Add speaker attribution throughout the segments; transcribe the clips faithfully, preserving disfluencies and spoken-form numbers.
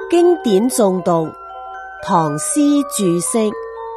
Speaker 1: 經典誦讀，唐詩注釋。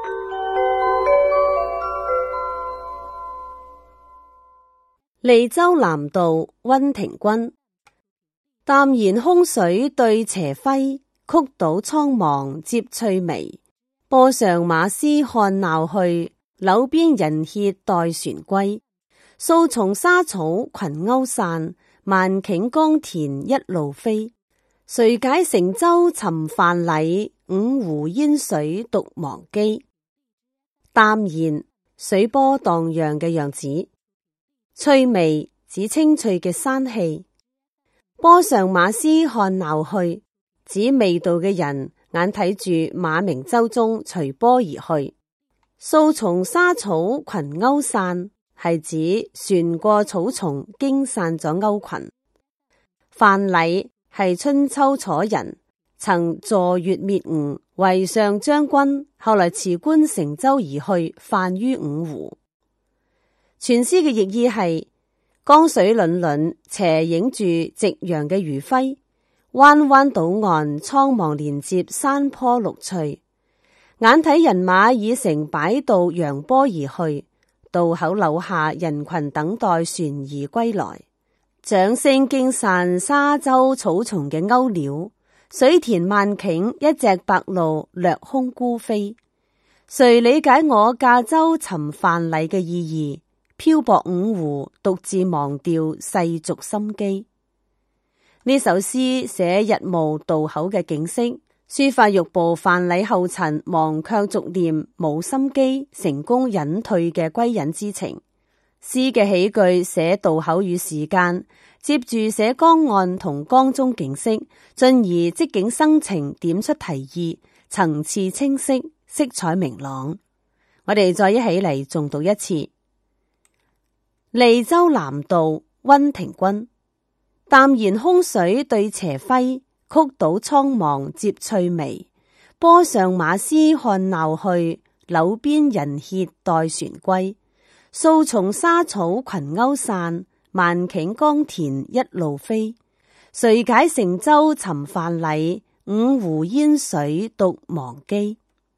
Speaker 1: 利州南道溫庭筠。淡然空水對斜暉，曲倒蒼茫接翠微。波上馬嘶看鬧去，柳邊人歇待船歸。數重沙草群鷗散，萬頃江田一路飛。誰解乘舟尋范蠡，五湖煙水獨忘機。淡然，水波蕩漾嘅樣子。翠微，指清脆嘅山氣。波上馬嘶看鬧去，指味道嘅人眼睇住馬鳴舟中隨波而去。數重沙草群鷗散，係指船過草叢驚散咗鷗群。范蠡係春秋楚人，曾坐越滅吳，為上將軍，後來辭官乘舟而去，泛於五湖。全詩嘅譯意係江水粼粼，斜映住夕陽嘅餘暉，彎彎島岸蒼茫連接山坡綠翠。眼睇人馬已乘擺渡揚波而去，渡口柳下人群等待船兒歸來。掌聲驚散沙洲草叢嘅鷗鳥，水田萬頃一隻白鷺掠空孤飛。誰理解我駕舟尋范蠡嘅意義？漂泊五湖，獨自忘掉世俗心機。呢首詩寫日暮渡口嘅景色，抒發欲步范蠡後塵，忘卻俗念，冇心機，成功隱退嘅歸隱之情。詩嘅起句寫渡口與時間，接住寫江岸同江中景色，進而即景生情，點出題意，層次清晰，色彩明朗。我哋再一起嚟誦讀一次。利州南道溫庭筠。淡然空水對斜暉，曲倒蒼茫接翠微。波上馬嘶看鬧去，柳邊人歇待船歸。數重沙草群鷗散，萬頃江田一路飛。誰解乘舟尋范蠡，五湖煙水獨忘機。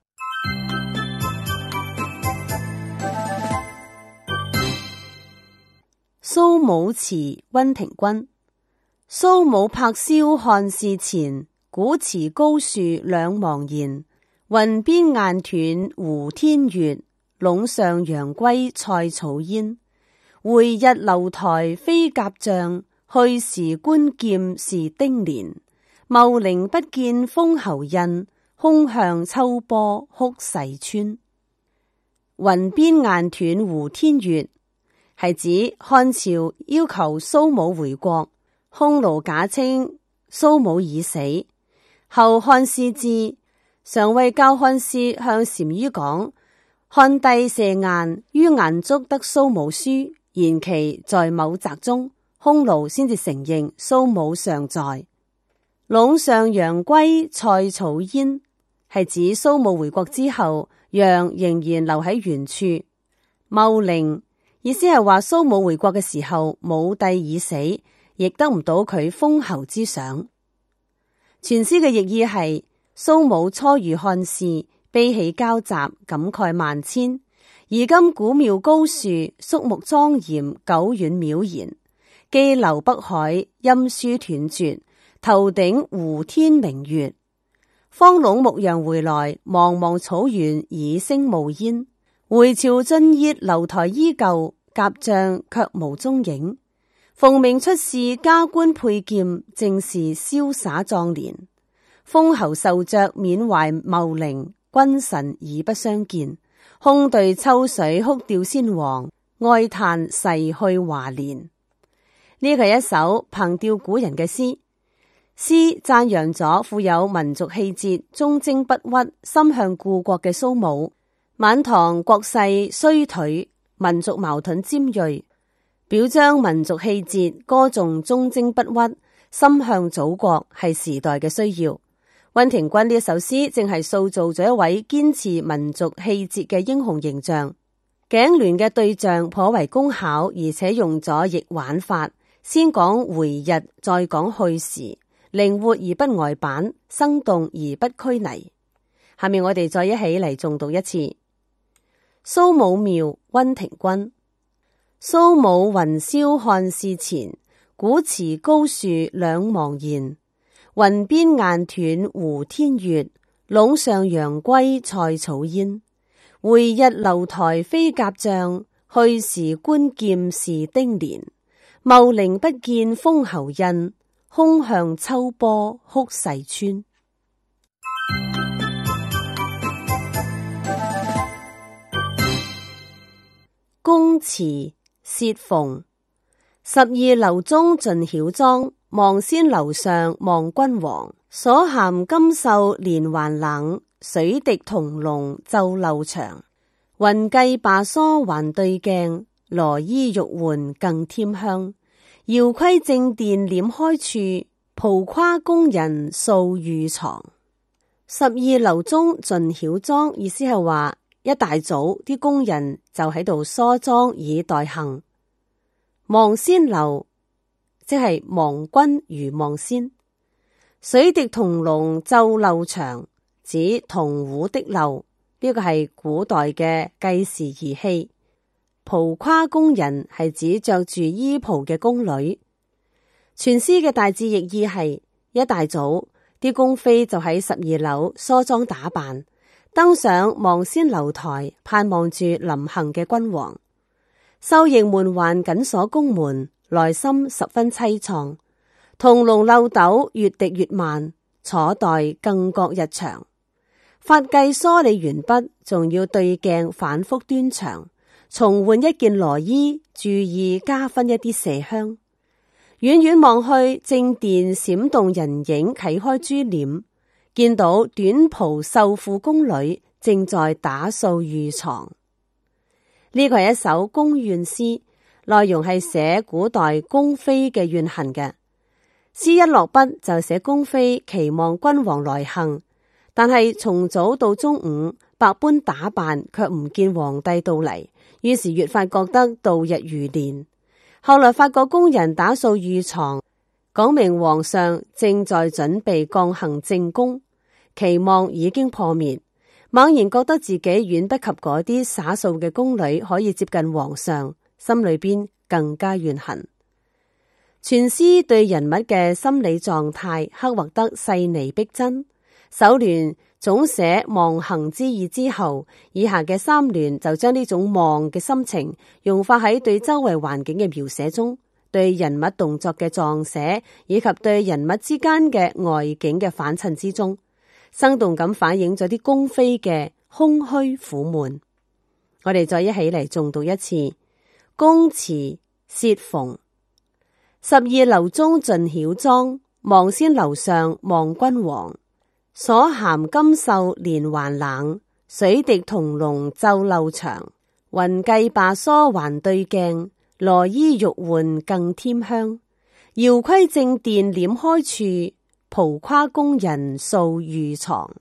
Speaker 1: 蘇武詞溫庭筠。蘇武拍簫看市前，古祠高樹兩茫然。雲邊雁斷胡天月，隴上陽歸塞草煙。回日樓台飛甲帳，去時觀劍是丁年。茂陵不見封侯印，空向秋波哭逝村。雲邊雁斷胡天月，係指漢朝要求蘇武回國，匈奴假稱蘇武已死。後漢師之上尉校漢師向單于講，漢帝射雁，於雁足得蘇武書，言其在某宅中，匈奴先至承認蘇武尚在。隴上陽歸塞草煙，係指蘇武回國之後，羊仍然留喺原處。茂陵意思係話蘇武回國嘅時候，武帝已死，亦得唔到佢封侯之賞。全詩嘅譯意係蘇武初遇漢事，悲喜交集，感慨萬千。而今古廟高樹，肅穆莊嚴，久遠渺然。羈留北海，音書斷絕，頭頂胡天明月。方隴牧羊回來，茫茫草原已升暮煙。回朝盡謁樓台依舊，甲帳卻無蹤影。奉命出仕加官佩劍，正是瀟灑壯年。封侯受爵緬懷茂陵，君臣已不相見。空對秋水哭吊先王，哀嘆逝去華年。呢個係一首憑弔古人嘅詩，詩讚揚咗富有民族氣節、忠貞不屈、心向故國嘅蘇武。晚唐國勢衰退，民族矛盾尖銳，表彰民族氣節，歌頌忠貞不屈、心向祖國，係時代嘅需要。溫庭筠呢一首詩正係塑造咗一位堅持民族氣節嘅英雄形象。頸聯嘅對仗頗為工巧，而且用咗逆玩法，先講回日，再講去時。 靈活而不呆板，生動而不拘泥。下面我哋再一起嚟誦讀一次。蘇武廟溫庭筠。蘇武雲霄漢使前，古祠高樹兩茫然。雲邊雁斷胡天月，隴上陽歸塞草煙。回日樓台飛甲帳，去時觀劍是丁年。茂陵不見封侯印，空向秋波哭逝村。宮詞薛鳳。十二樓中盡曉妝，望仙樓上望君王。所銜金繡連環冷，水滴銅籠奏漏長。雲髻罷梳還對鏡，羅衣玉換更添香。遙窺正殿簾開處，蒲跨宮人掃御床。十二樓中盡曉妝，意思係話一大早啲工人就喺度梳妝以待行。望仙樓即係望君如望仙。水滴銅籠奏漏長，指銅壺的漏，呢個係古代嘅計時儀器。蒲跨宮人係指着住衣袍嘅宮女。全詩嘅大致譯意係一大早啲宮妃就喺十二樓梳妝打扮，登上望仙樓台，盼望住臨行嘅君王。繡迎門環緊鎖宮門，內心十分淒愴。銅籠漏斗越滴越慢，坐待更覺日長。髮髻梳理完畢，仲要對鏡反覆端詳，重換一件羅衣，注意加分一啲麝香。遠遠望去，正殿閃動人影，啟開珠簾，見到短袍繡褲宮女正在打掃御床。呢個係一首宮怨詩，內容係寫古代宮妃嘅怨恨嘅。詩一落筆就寫宮妃期望君王來行，但係從早到中午百般打扮，卻唔見皇帝到嚟，於是越發覺得度日如年。後來發覺宮人打掃御床，講明皇上正在準備降行正宮，期望已經破滅，猛然覺得自己遠不及嗰啲灑掃嘅宮女可以接近皇上，心裏邊更加怨恨。全詩對人物嘅心理狀態刻畫得細膩逼真。首聯總寫望行之意之後，以下嘅三聯就將呢種望嘅心情融化喺對周圍環境嘅描寫中，對人物動作嘅撞寫以及對人物之間嘅外景嘅反襯之中，生動咁反映咗啲宮妃嘅空虛苦悶。我哋再一起嚟誦讀一次宮詞薛鳳。十二樓中盡曉妝，望仙樓上望君王。所銜金繡連環冷，水滴銅籠奏漏長。雲髻罷梳還對鏡，羅衣玉換更添香。遙窺正殿簾開處，蒲跨宮人掃御床。